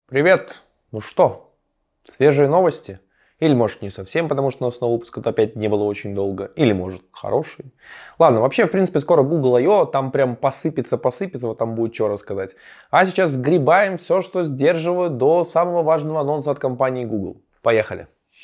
Привет! Ну что, свежие новости? Или может не совсем, потому что новостного выпуска опять не было очень долго. Или может хороший. Ладно, вообще в принципе скоро Google I.O. там прям посыпется, вот там будет что рассказать. А сейчас сгребаем все, что сдерживает до самого важного анонса от компании Google. Поехали!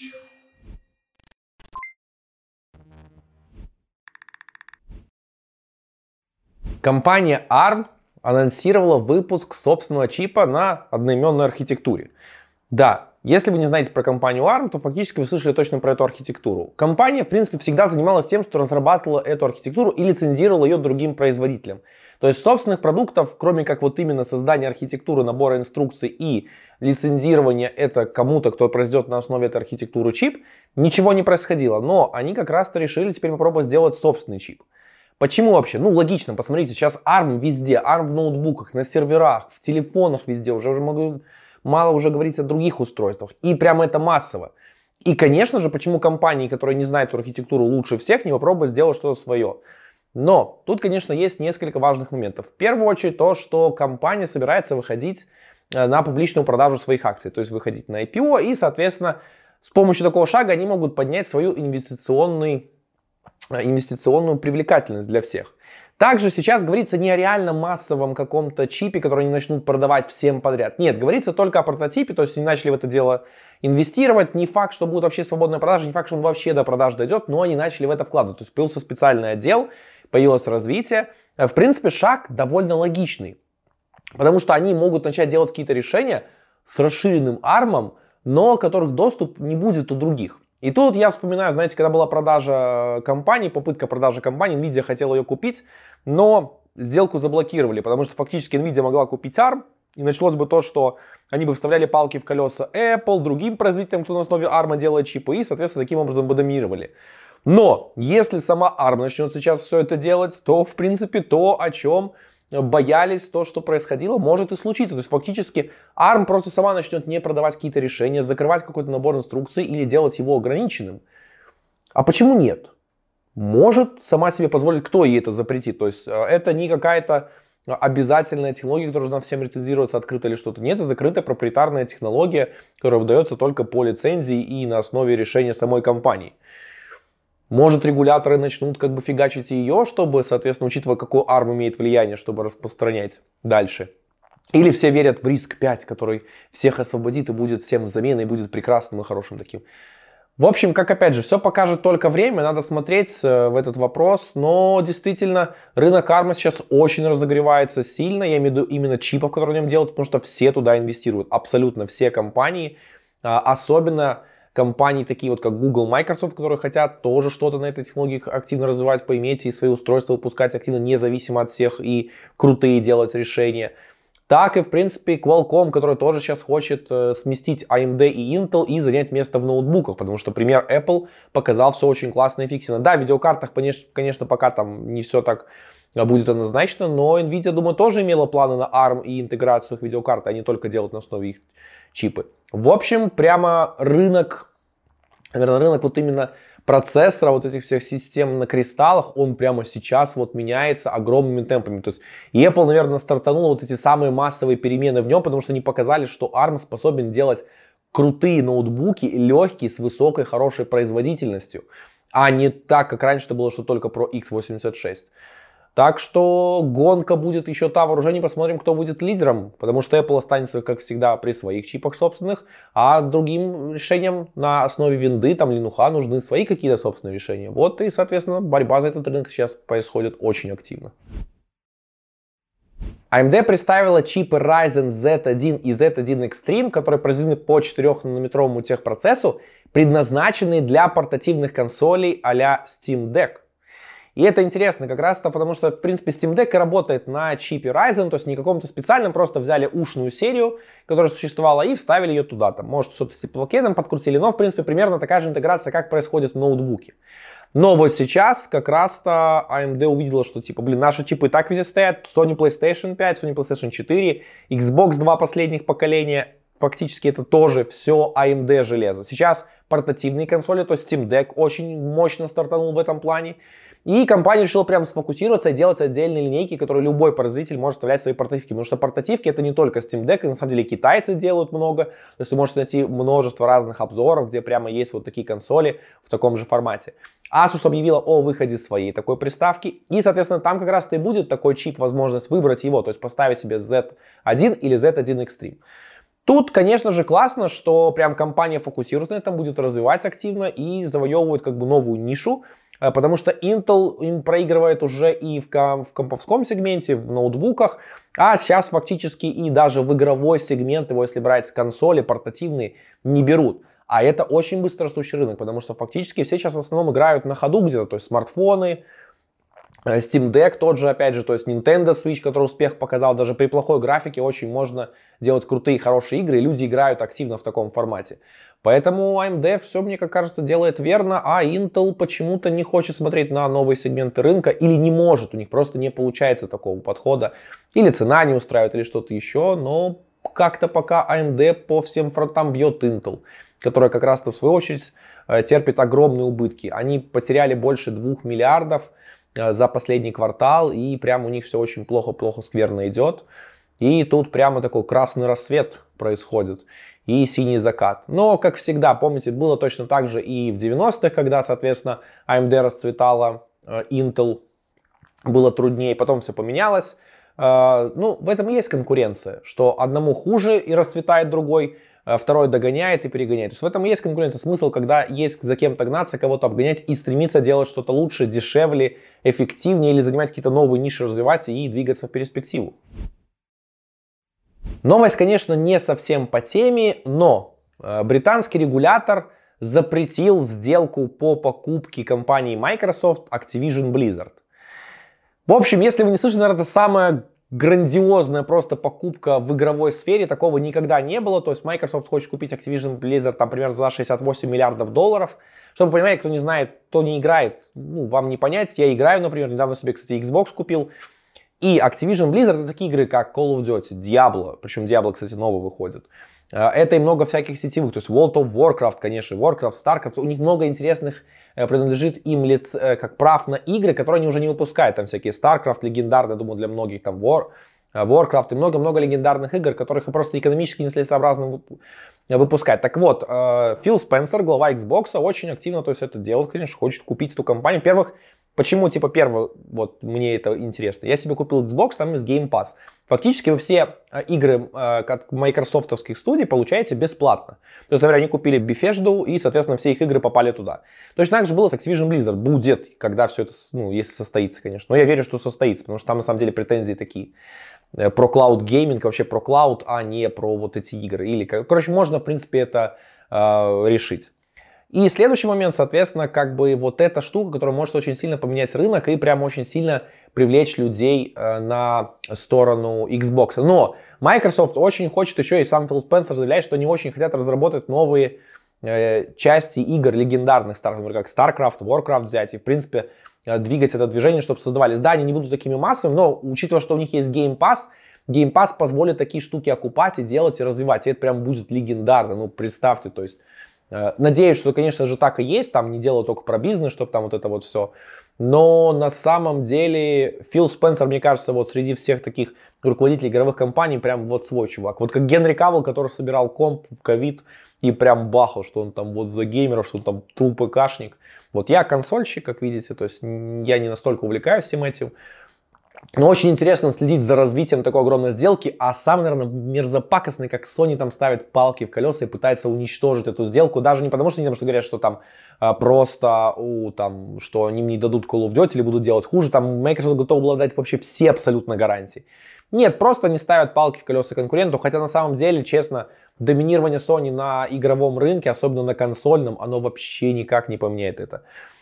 Компания ARM анонсировала выпуск собственного чипа на одноименной архитектуре. Да, если вы не знаете про компанию ARM, то фактически вы слышали точно про эту архитектуру. Компания, в принципе, всегда занималась тем, что разрабатывала эту архитектуру и лицензировала ее другим производителям. То есть собственных продуктов, кроме как вот именно создания архитектуры, набора инструкций и лицензирования это кому-то, кто произведет на основе этой архитектуры чип, ничего не происходило. Но они как раз-то решили теперь попробовать сделать собственный чип. Почему вообще? Ну, логично, посмотрите, сейчас ARM везде, ARM в ноутбуках, на серверах, в телефонах везде, уже могу мало уже говорить о других устройствах. И прямо это массово. И, конечно же, почему компании, которые не знают эту архитектуру лучше всех, не попробуют сделать что-то свое. Но тут, конечно, есть несколько важных моментов. В первую очередь то, что компания собирается выходить на публичную продажу своих акций, то есть выходить на IPO, и, соответственно, с помощью такого шага они могут поднять свою инвестиционную привлекательность для всех. Также сейчас говорится не о реально массовом каком-то чипе, который они начнут продавать всем подряд. Нет, говорится только о прототипе, то есть они начали в это дело инвестировать. Не факт, что будет вообще свободная продажа, не факт, что он вообще до продаж дойдет, но они начали в это вкладывать. То есть появился специальный отдел, появилось развитие. В принципе, шаг довольно логичный, потому что они могут начать делать какие-то решения с расширенным ARM, но которых доступ не будет у других. И тут я вспоминаю, знаете, когда была продажа компании, попытка продажи компании, Nvidia хотела ее купить, но сделку заблокировали, потому что фактически Nvidia могла купить ARM, и началось бы то, что они бы вставляли палки в колеса Apple, другим производителям, кто на основе ARM делает чипы, и, соответственно, таким образом бы доминировали. Но если сама ARM начнет сейчас все это делать, то, в принципе, то, о чем боялись, то, что происходило, может и случиться. То есть фактически ARM просто сама начнет не продавать какие-то решения, закрывать какой-то набор инструкций или делать его ограниченным. А почему нет? Может сама себе позволить, кто ей это запретит. То есть это не какая-то обязательная технология, которая должна всем рецензироваться открыто или что-то. Нет, это закрытая проприетарная технология, которая выдается только по лицензии и на основе решения самой компании. Может, регуляторы начнут как бы фигачить ее, чтобы, соответственно, учитывая, какой ARM имеет влияние, чтобы распространять дальше. Или все верят в RISC-V, который всех освободит и будет всем заменой, и будет прекрасным и хорошим таким. В общем, как опять же, все покажет только время, надо смотреть в этот вопрос. Но действительно, рынок ARM сейчас очень разогревается сильно. Я имею в виду именно чипов, которые в нем делают, потому что все туда инвестируют. Абсолютно все компании, особенно компании такие вот как Google, Microsoft, которые хотят тоже что-то на этой технологии активно развивать, поиметь и свои устройства выпускать активно, независимо от всех и крутые делать решения. Так и, в принципе, Qualcomm, который тоже сейчас хочет сместить AMD и Intel и занять место в ноутбуках, потому что пример Apple показал все очень классно и эффективно. Да, в видеокартах, конечно, пока там не все так будет однозначно, но Nvidia, думаю, тоже имела планы на ARM и интеграцию их видеокарт, а не только делать на основе их чипы. В общем, прямо рынок, наверное, рынок вот именно процессора, вот этих всех систем на кристаллах, он прямо сейчас вот меняется огромными темпами. То есть Apple, наверное, стартанула вот эти самые массовые перемены в нем, потому что они показали, что ARM способен делать крутые ноутбуки, легкие, с высокой, хорошей производительностью, а не так, как раньше это было, что только про x86. Так что гонка будет еще та вооружение, посмотрим, кто будет лидером, потому что Apple останется, как всегда, при своих чипах собственных, а другим решениям на основе винды, там, Linux, нужны свои какие-то собственные решения. Вот и, соответственно, борьба за этот рынок сейчас происходит очень активно. AMD представила чипы Ryzen Z1 и Z1 Extreme, которые произведены по 4-нанометровому техпроцессу, предназначенные для портативных консолей а-ля Steam Deck. И это интересно как раз-то, потому что, в принципе, Steam Deck работает на чипе Ryzen, то есть не каком-то специальном, просто взяли ушную серию, которая существовала, и вставили ее туда. Там, может, что-то с теплоокеном подкрутили, но, в принципе, примерно такая же интеграция, как происходит в ноутбуке. Но вот сейчас как раз-то AMD увидела, что, типа, наши чипы и так везде стоят. Sony PlayStation 5, Sony PlayStation 4, Xbox 2 последних поколения. Фактически это тоже все AMD железо. Сейчас портативные консоли, то есть Steam Deck очень мощно стартанул в этом плане. И компания решила прям сфокусироваться и делать отдельные линейки, которые любой производитель может вставлять в свои портативки. Потому что портативки это не только Steam Deck, и на самом деле китайцы делают много. То есть вы можете найти множество разных обзоров, где прямо есть вот такие консоли в таком же формате. Asus объявила о выходе своей такой приставки. И, соответственно, там как раз-то и будет такой чип, возможность выбрать его. То есть поставить себе Z1 или Z1 Extreme. Тут, конечно же, классно, что прям компания фокусируется на этом, будет развивать активно и завоевывает как бы новую нишу. Потому что Intel им проигрывает уже и в комповском сегменте, в ноутбуках, а сейчас фактически и даже в игровой сегмент его, если брать консоли, портативные, не берут. А это очень быстро растущий рынок, потому что фактически все сейчас в основном играют на ходу где-то, то есть смартфоны, Steam Deck тот же, опять же, то есть Nintendo Switch, который успех показал, даже при плохой графике очень можно делать крутые, хорошие игры, и люди играют активно в таком формате. Поэтому AMD все, мне как кажется, делает верно, а Intel почему-то не хочет смотреть на новые сегменты рынка или не может, у них просто не получается такого подхода. Или цена не устраивает, или что-то еще, но как-то пока AMD по всем фронтам бьет Intel, которая как раз-то в свою очередь терпит огромные убытки. Они потеряли больше 2 миллиардов за последний квартал, и прям у них все очень плохо скверно идет. И тут прямо такой красный рассвет происходит и синий закат. Но, как всегда, помните, было точно так же и в 90-х, когда, соответственно, AMD расцветала, Intel было труднее, потом все поменялось. Ну, в этом и есть конкуренция, что одному хуже и расцветает другой, второй догоняет и перегоняет. То есть в этом и есть конкуренция. Смысл, когда есть за кем-то гнаться, кого-то обгонять и стремиться делать что-то лучше, дешевле, эффективнее или занимать какие-то новые ниши, развиваться и двигаться в перспективу. Новость, конечно, не совсем по теме, но британский регулятор запретил сделку по покупке компании Microsoft Activision Blizzard. В общем, если вы не слышали, наверное, это самая грандиозная просто покупка в игровой сфере, такого никогда не было. То есть Microsoft хочет купить Activision Blizzard там примерно за 68 миллиардов долларов. Чтобы вы понимали, кто не знает, кто не играет, ну, вам не понять. Я играю, например, недавно себе, кстати, Xbox купил. И Activision Blizzard это такие игры, как Call of Duty, Diablo, причем Diablo, кстати, новый выходит. Это и много всяких сетевых, то есть World of Warcraft, конечно, Warcraft, Starcraft, у них много интересных принадлежит им как прав на игры, которые они уже не выпускают, там всякие Starcraft, легендарные, думаю, для многих, там Warcraft и много-много легендарных игр, которых просто экономически нецелесообразно выпускать. Так вот, Фил Спенсер, глава Xbox, очень активно то есть это делает, конечно, хочет купить эту компанию. Во-первых, почему, первое, вот мне это интересно. Я себе купил Xbox, там есть Game Pass. Фактически вы все игры от майкрософтовских студий получаете бесплатно. То есть, например, они купили Bethesda, и, соответственно, все их игры попали туда. Точно так же было с Activision Blizzard. Будет, когда все это, ну, если состоится, конечно. Но я верю, что состоится, потому что там, на самом деле, претензии такие. Про cloud gaming, вообще про cloud, а не про вот эти игры. Или, короче, можно, в принципе, это решить. И следующий момент, соответственно, как бы вот эта штука, которая может очень сильно поменять рынок и прям очень сильно привлечь людей на сторону Xbox. Но Microsoft очень хочет еще, и сам Фил Спенсер заявляет, что они очень хотят разработать новые части игр легендарных, как StarCraft, Warcraft взять, и в принципе двигать это движение, чтобы создавались. Да, они не будут такими массовыми, но учитывая, что у них есть Game Pass позволит такие штуки окупать и делать, и развивать. И это прям будет легендарно, ну представьте, то есть. Надеюсь, что, конечно же, так и есть, там не дело только про бизнес, чтобы там вот это вот все. Но на самом деле Фил Спенсер, мне кажется, вот среди всех таких руководителей игровых компаний прям вот свой чувак. Вот как Генри Кавилл, который собирал комп в ковид и прям бахал, что он там вот за геймеров, что он там тру ПКшник. Вот я консольщик, как видите, то есть я не настолько увлекаюсь всем этим. Но очень интересно следить за развитием такой огромной сделки, а самый, наверное, мерзопакостный, как Sony там ставит палки в колеса и пытается уничтожить эту сделку, даже не потому, что говорят, что там просто, что они не дадут Call of Duty или будут делать хуже, там Microsoft готов был дать вообще все абсолютно гарантии. Нет, просто они ставят палки в колеса конкуренту, хотя на самом деле, честно, доминирование Sony на игровом рынке, особенно на консольном, оно вообще никак не поменяет это.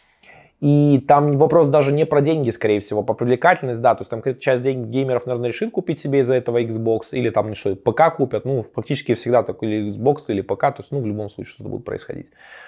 И там вопрос даже не про деньги, скорее всего, по привлекательности, да, то есть там часть геймеров, наверное, решит купить себе из-за этого Xbox, или там что, ПК купят, ну, фактически всегда так, или Xbox, или ПК, то есть, ну, в любом случае что-то будет происходить.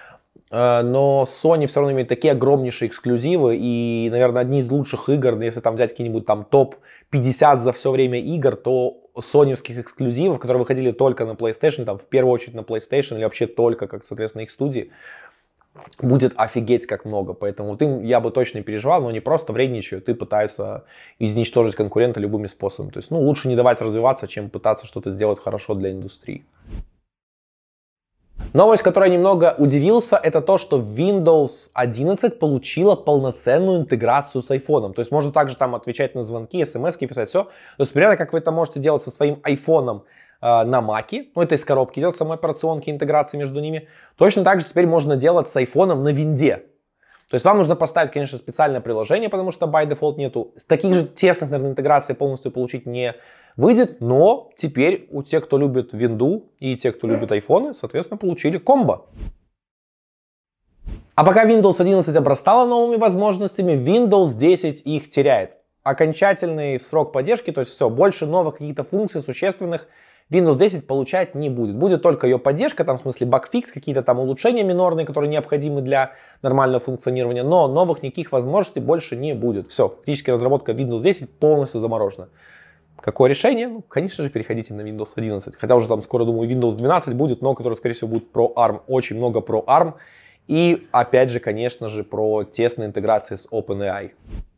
Но Sony все равно имеет такие огромнейшие эксклюзивы, и, наверное, одни из лучших игр, если там взять какие-нибудь там топ-50 за все время игр, то соневских эксклюзивов, которые выходили только на PlayStation, там, в первую очередь на PlayStation, или вообще только, как, соответственно, их студии, будет офигеть как много. Поэтому вот им я бы точно переживал, но они просто вредничают и пытаются изничтожить конкурента любыми способами. То есть, ну, лучше не давать развиваться, чем пытаться что-то сделать хорошо для индустрии. Новость, которой я немного удивился, это то, что Windows 11 получила полноценную интеграцию с iPhone. То есть можно также там отвечать на звонки, смс-ки, писать все. То есть примерно как вы это можете делать со своим iPhone на Mac, ну это из коробки идет, самой операционки, интеграции между ними. Точно так же теперь можно делать с iPhone на винде. То есть вам нужно поставить, конечно, специальное приложение, потому что by default нету. Таких же тесных, наверное, интеграций полностью получить не выйдет, но теперь у тех, кто любит винду и те, кто любит айфоны, соответственно, получили комбо. А пока Windows 11 обрастала новыми возможностями, Windows 10 их теряет. Окончательный срок поддержки, то есть все, больше новых каких-то функций существенных Windows 10 получать не будет. Будет только ее поддержка, там в смысле багфикс, какие-то там улучшения минорные, которые необходимы для нормального функционирования, но новых никаких возможностей больше не будет. Все, фактически разработка Windows 10 полностью заморожена. Какое решение? Ну, конечно же, переходите на Windows 11. Хотя уже там скоро, думаю, Windows 12 будет, но который, скорее всего, будет про ARM. Очень много про ARM. И, опять же, конечно же, про тесные интеграции с OpenAI.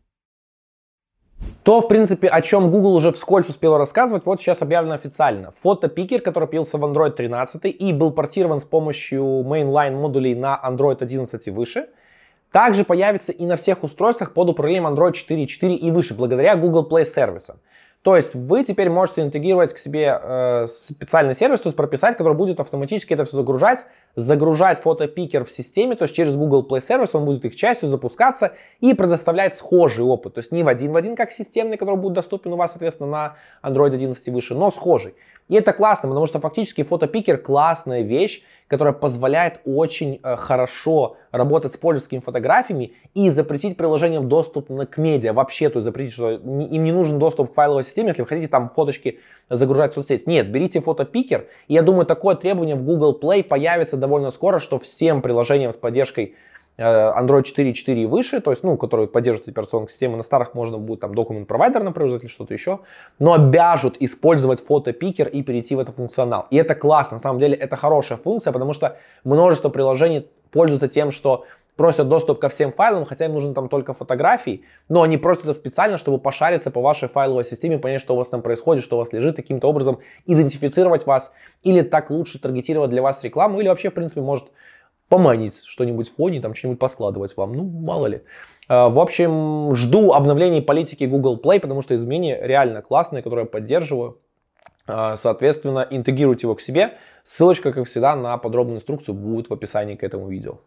То, в принципе, о чем Google уже вскользь успел рассказывать, вот сейчас объявлено официально. Фотопикер, который появился в Android 13 и был портирован с помощью mainline модулей на Android 11 и выше, также появится и на всех устройствах под управлением Android 4.4 и выше, благодаря Google Play сервисам. То есть вы теперь можете интегрировать к себе специальный сервис, то есть прописать, который будет автоматически это все загружать фотопикер в системе, то есть через Google Play сервис он будет их частью запускаться и предоставлять схожий опыт. То есть не в один как системный, который будет доступен у вас, соответственно, на Android 11 и выше, но схожий. И это классно, потому что фактически фотопикер классная вещь, которая позволяет очень хорошо работать с пользовательскими фотографиями и запретить приложениям доступ к медиа. Вообще, то есть запретить, что им не нужен доступ к файловой системе, если вы хотите там фоточки загружать в соцсеть. Нет, берите фотопикер. И я думаю, такое требование в Google Play появится довольно скоро, что всем приложениям с поддержкой Android 4.4 и выше, то есть, ну, которые поддерживают операционные системы, на старых можно будет там Document Provider, например, или что-то еще, но обяжут использовать фотопикер и перейти в этот функционал. И это классно, на самом деле это хорошая функция, потому что множество приложений пользуются тем, что просят доступ ко всем файлам, хотя им нужны там только фотографии, но они просят это специально, чтобы пошариться по вашей файловой системе, понять, что у вас там происходит, что у вас лежит, таким-то образом идентифицировать вас, или так лучше таргетировать для вас рекламу, или вообще, в принципе, может поманить что-нибудь в фоне, там что-нибудь поскладывать вам, ну, мало ли. В общем, жду обновлений политики Google Play, потому что изменения реально классные, которые я поддерживаю. Соответственно, интегрируйте его к себе. Ссылочка, как всегда, на подробную инструкцию будет в описании к этому видео.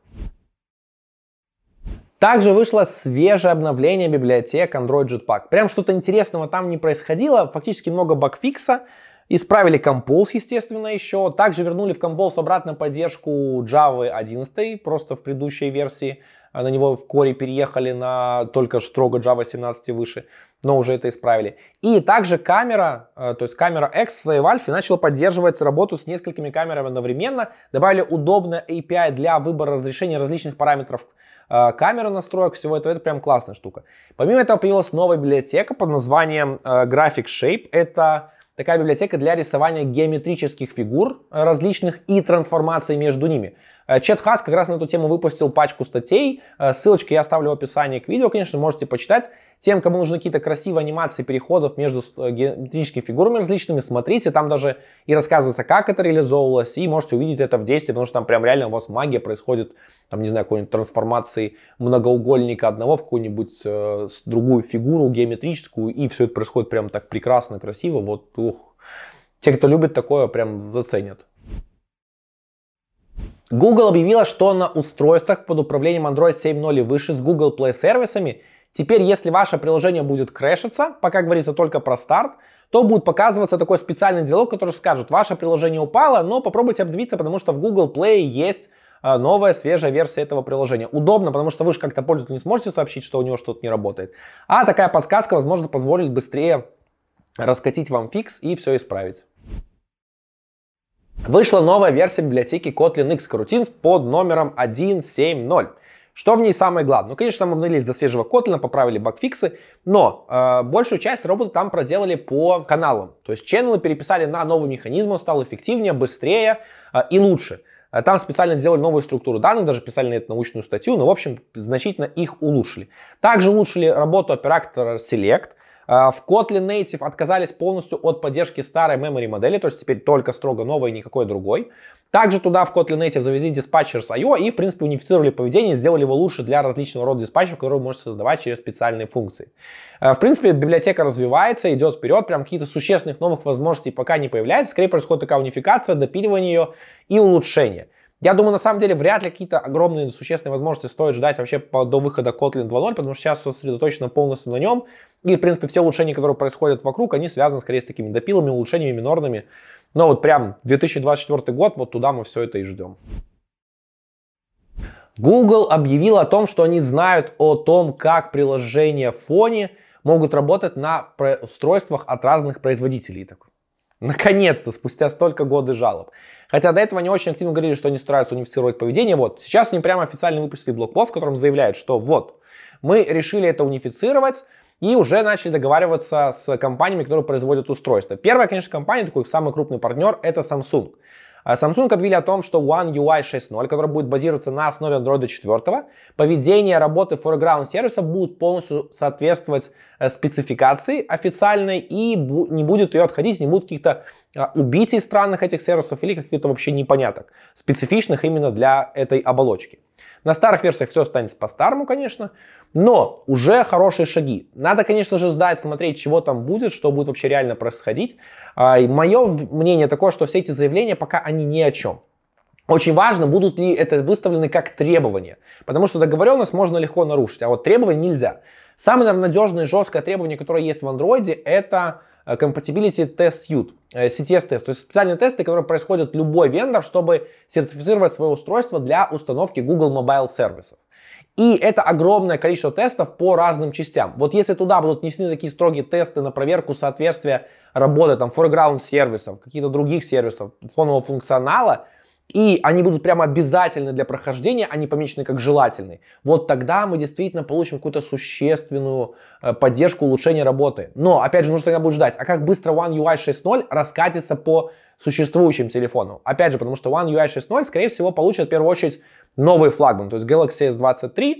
Также вышло свежее обновление библиотек Android Jetpack. Прям что-то интересного там не происходило, фактически много багфикса. Исправили Compose, естественно, еще. Также вернули в Compose обратно поддержку Java 11, просто в предыдущей версии. На него в Core переехали на только строго Java 17 и выше, но уже это исправили. И также камера, то есть камера X в Valve начала поддерживать работу с несколькими камерами одновременно. Добавили удобное API для выбора разрешения различных параметров камеры, настроек, всего этого. Это прям классная штука. Помимо этого появилась новая библиотека под названием Graphic Shape. Это такая библиотека для рисования геометрических фигур различных и трансформаций между ними. Чет Хас как раз на эту тему выпустил пачку статей. Ссылочки я оставлю в описании к видео, конечно, можете почитать. Тем, кому нужны какие-то красивые анимации переходов между геометрическими фигурами различными, смотрите. Там даже и рассказывается, как это реализовывалось, и можете увидеть это в действии, потому что там прям реально у вас магия происходит, там, не знаю, какой-нибудь трансформации многоугольника одного в какую-нибудь другую фигуру геометрическую, и все это происходит прям так прекрасно, красиво. Вот, те, кто любит такое, прям заценят. Google объявила, что на устройствах под управлением Android 7.0 и выше с Google Play сервисами теперь, если ваше приложение будет крэшиться, пока говорится только про старт, то будет показываться такой специальный диалог, который скажет: ваше приложение упало, но попробуйте обновиться, потому что в Google Play есть новая свежая версия этого приложения. Удобно, потому что вы же как-то пользователю не сможете сообщить, что у него что-то не работает. А такая подсказка, возможно, позволит быстрее раскатить вам фикс и все исправить. Вышла новая версия библиотеки Kotlin X Coroutines под номером 1.7.0. Что в ней самое главное? Ну, конечно, там обновились до свежего Kotlin, поправили багфиксы, но большую часть работы там проделали по каналам. То есть ченнелы переписали на новый механизм, он стал эффективнее, быстрее и лучше. Там специально сделали новую структуру данных, даже писали на это научную статью, но, в общем, значительно их улучшили. Также улучшили работу оператора Select. В Kotlin Native отказались полностью от поддержки старой memory модели, то есть теперь только строго новой, никакой другой. Также туда в Kotlin Native завезли Dispatchers.io и, в принципе, унифицировали поведение, сделали его лучше для различного рода диспатчеров, которые вы можете создавать через специальные функции. В принципе, библиотека развивается, идет вперед, прям какие-то существенных новых возможностей пока не появляется. Скорее происходит такая унификация, допиливание ее и улучшение. Я думаю, на самом деле, вряд ли какие-то огромные существенные возможности стоит ждать вообще до выхода Kotlin 2.0, потому что сейчас все сосредоточено полностью на нем. И, в принципе, все улучшения, которые происходят вокруг, они связаны скорее с такими допилами, улучшениями минорными. Но вот прям 2024 год, вот туда мы все это и ждем. Google объявил о том, что они знают о том, как приложения в фоне могут работать на устройствах от разных производителей. Наконец-то, спустя столько года жалоб. Хотя до этого они очень активно говорили, что они стараются унифицировать поведение. Вот, сейчас они прямо официально выпустили блогпост, в котором заявляют, что вот, мы решили это унифицировать и уже начали договариваться с компаниями, которые производят устройства. Первая, конечно, компания, такой самый крупный партнер, это Samsung. Samsung объявили о том, что One UI 6.0, который будет базироваться на основе Android 4, поведение работы foreground сервисов будет полностью соответствовать спецификации официальной и не будет ее отходить, не будет каких-то убийцей странных этих сервисов или каких-то вообще непоняток, специфичных именно для этой оболочки. На старых версиях все останется по-старому, конечно, но уже хорошие шаги. Надо, конечно же, ждать, смотреть, чего там будет, что будет вообще реально происходить. И мое мнение такое, что все эти заявления пока они ни о чем. Очень важно, будут ли это выставлены как требования, потому что договоренность можно легко нарушить, а вот требования нельзя. Самое, наверное, надежное и жесткое требование, которое есть в Android, это Compatibility Test Suite, CTS-тест, то есть специальные тесты, которые происходят любой вендор, чтобы сертифицировать свое устройство для установки Google Mobile сервисов. И это огромное количество тестов по разным частям. Вот если туда будут внесены такие строгие тесты на проверку соответствия работы там foreground сервисов, каких-то других сервисов, фонового функционала, и они будут прямо обязательны для прохождения, они помечены как желательные, вот тогда мы действительно получим какую-то существенную поддержку улучшения работы. Но, опять же, нужно тогда будет ждать, а как быстро One UI 6.0 раскатится по существующим телефонам? Опять же, потому что One UI 6.0, скорее всего, получит в первую очередь новый флагман, то есть Galaxy S23,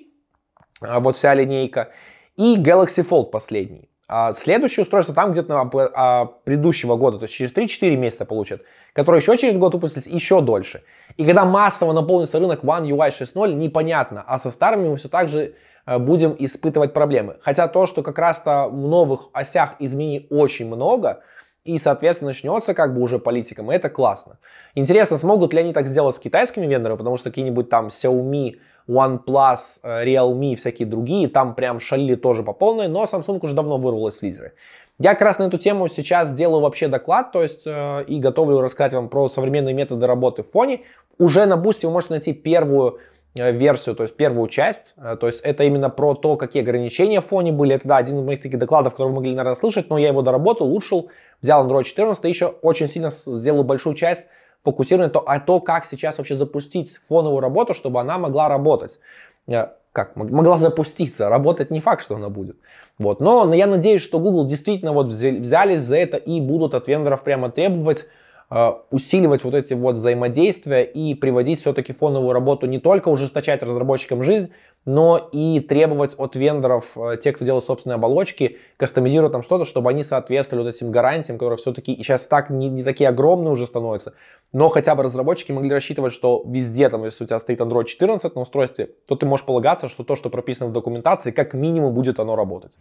вот вся линейка, и Galaxy Fold последний. Следующее устройство там где-то предыдущего года, то есть через 3-4 месяца получат, которые еще через год выпустились еще дольше. И когда массово наполнится рынок One UI 6.0, непонятно, а со старыми мы все так же будем испытывать проблемы. Хотя то, что как раз-то в новых осях изменений очень много, и, соответственно, начнется как бы уже политиком, это классно. Интересно, смогут ли они так сделать с китайскими вендорами, потому что какие-нибудь там Xiaomi, OnePlus, Realme, всякие другие, там прям шалили тоже по полной, но Samsung уже давно вырвалась в лидеры. Я как раз на эту тему сейчас делаю вообще доклад, то есть и готовлю рассказать вам про современные методы работы в фоне. Уже на Boosty вы можете найти первую версию, то есть первую часть, то есть это именно про то, какие ограничения в фоне были. Это, да, один из моих таких докладов, которые вы могли, наверное, слышать, но я его доработал, улучшил, взял Android 14 и еще очень сильно сделал большую часть, фокусированная на то, как сейчас вообще запустить фоновую работу, чтобы она могла работать. Как? Могла запуститься, работать не факт, что она будет. Вот. Но я надеюсь, что Google действительно вот взялись за это и будут от вендоров прямо требовать, усиливать вот эти вот взаимодействия и приводить все-таки фоновую работу, не только ужесточать разработчикам жизнь, но и требовать от вендоров, тех, кто делает собственные оболочки, кастомизируют там что-то, чтобы они соответствовали вот этим гарантиям, которые все-таки сейчас так не такие огромные уже становятся, но хотя бы разработчики могли рассчитывать, что везде, там, если у тебя стоит Android 14 на устройстве, то ты можешь полагаться, что то, что прописано в документации, как минимум будет оно работать.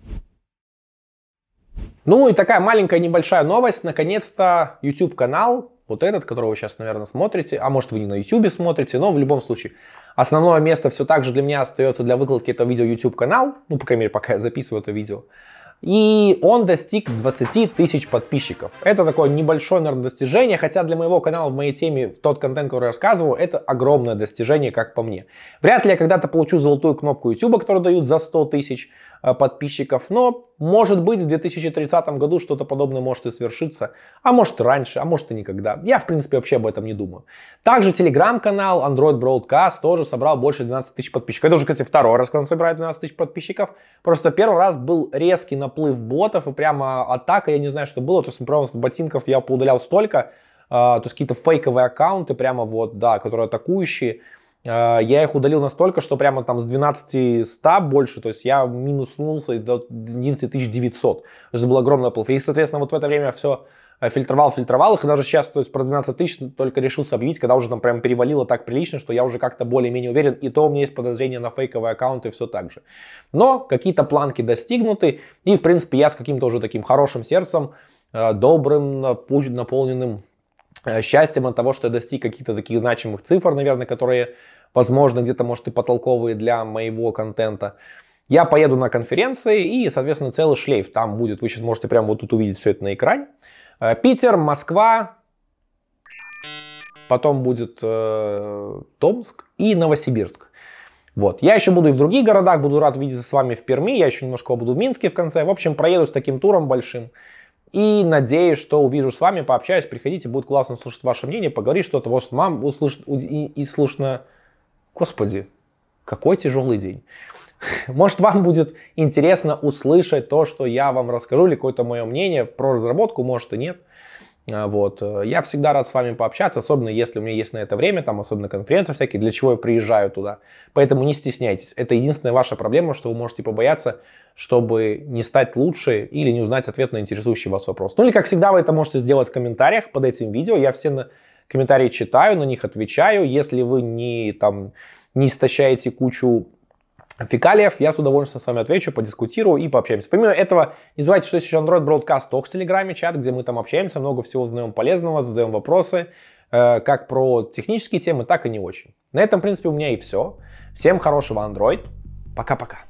Ну и такая маленькая небольшая новость. Наконец-то YouTube канал, вот этот, который вы сейчас, наверное, смотрите, а может вы не на YouTube смотрите, но в любом случае основное место все так же для меня остается для выкладки этого видео YouTube канал, ну, по крайней мере, пока я записываю это видео. И он достиг 20 тысяч подписчиков. Это такое небольшое, наверное, достижение, хотя для моего канала, в моей теме, тот контент, который я рассказываю, это огромное достижение, как по мне. Вряд ли я когда-то получу золотую кнопку YouTube, которую дают за 100 тысяч подписчиков, но может быть в 2030 году что-то подобное может и свершиться, а может раньше, а может и никогда. Я в принципе вообще об этом не думаю. Также телеграм-канал Android Broadcast тоже собрал больше 12 тысяч подписчиков. Это уже, кстати, второй раз, когда он собирает 12 тысяч подписчиков. Просто первый раз был резкий наплыв ботов и прямо атака, я не знаю, что было, то есть просто ботинков я поудалял столько, то есть какие-то фейковые аккаунты, прямо вот, да, которые атакующие. Я их удалил настолько, что прямо там с 12100 больше, то есть я минуснулся до 11900. То есть было огромное плохо. И, соответственно, вот в это время все фильтровал их, и даже сейчас, то есть про 12 тысяч только решился объявить, когда уже там прям перевалило так прилично, что я уже как-то более-менее уверен, и то у меня есть подозрение на фейковые аккаунты, все так же. Но какие-то планки достигнуты, и, в принципе, я с каким-то уже таким хорошим сердцем, добрым, наполненным счастьем от того, что я достиг каких-то таких значимых цифр, наверное, которые, возможно, где-то, может, и потолковые для моего контента. Я поеду на конференции, и, соответственно, целый шлейф там будет. Вы сейчас можете прямо вот тут увидеть все это на экране. Питер, Москва, потом будет Томск и Новосибирск. Вот. Я еще буду и в других городах, буду рад увидеться с вами в Перми, я еще немножко буду в Минске в конце. В общем, проеду с таким туром большим. И надеюсь, что увижу с вами, пообщаюсь, приходите, будет классно слушать ваше мнение, поговорить что-то, может, вам услышать и слышно. Господи, какой тяжелый день. Может, вам будет интересно услышать то, что я вам расскажу, или какое-то мое мнение про разработку, может и нет. Вот. Я всегда рад с вами пообщаться, особенно если у меня есть на это время, там особенно конференции всякие, для чего я приезжаю туда. Поэтому не стесняйтесь. Это единственная ваша проблема, что вы можете побояться, чтобы не стать лучше или не узнать ответ на интересующий вас вопрос. Ну или, как всегда, вы это можете сделать в комментариях под этим видео. Я все комментарии читаю, на них отвечаю. Если вы не истощаете кучу фекалиев, я с удовольствием с вами отвечу, подискутирую и пообщаемся. Помимо этого, не забывайте, что есть еще Android Broadcast Talk в Телеграме, чат, где мы там общаемся, много всего узнаем полезного, задаем вопросы, как про технические темы, так и не очень. На этом, в принципе, у меня и все. Всем хорошего Android. Пока-пока.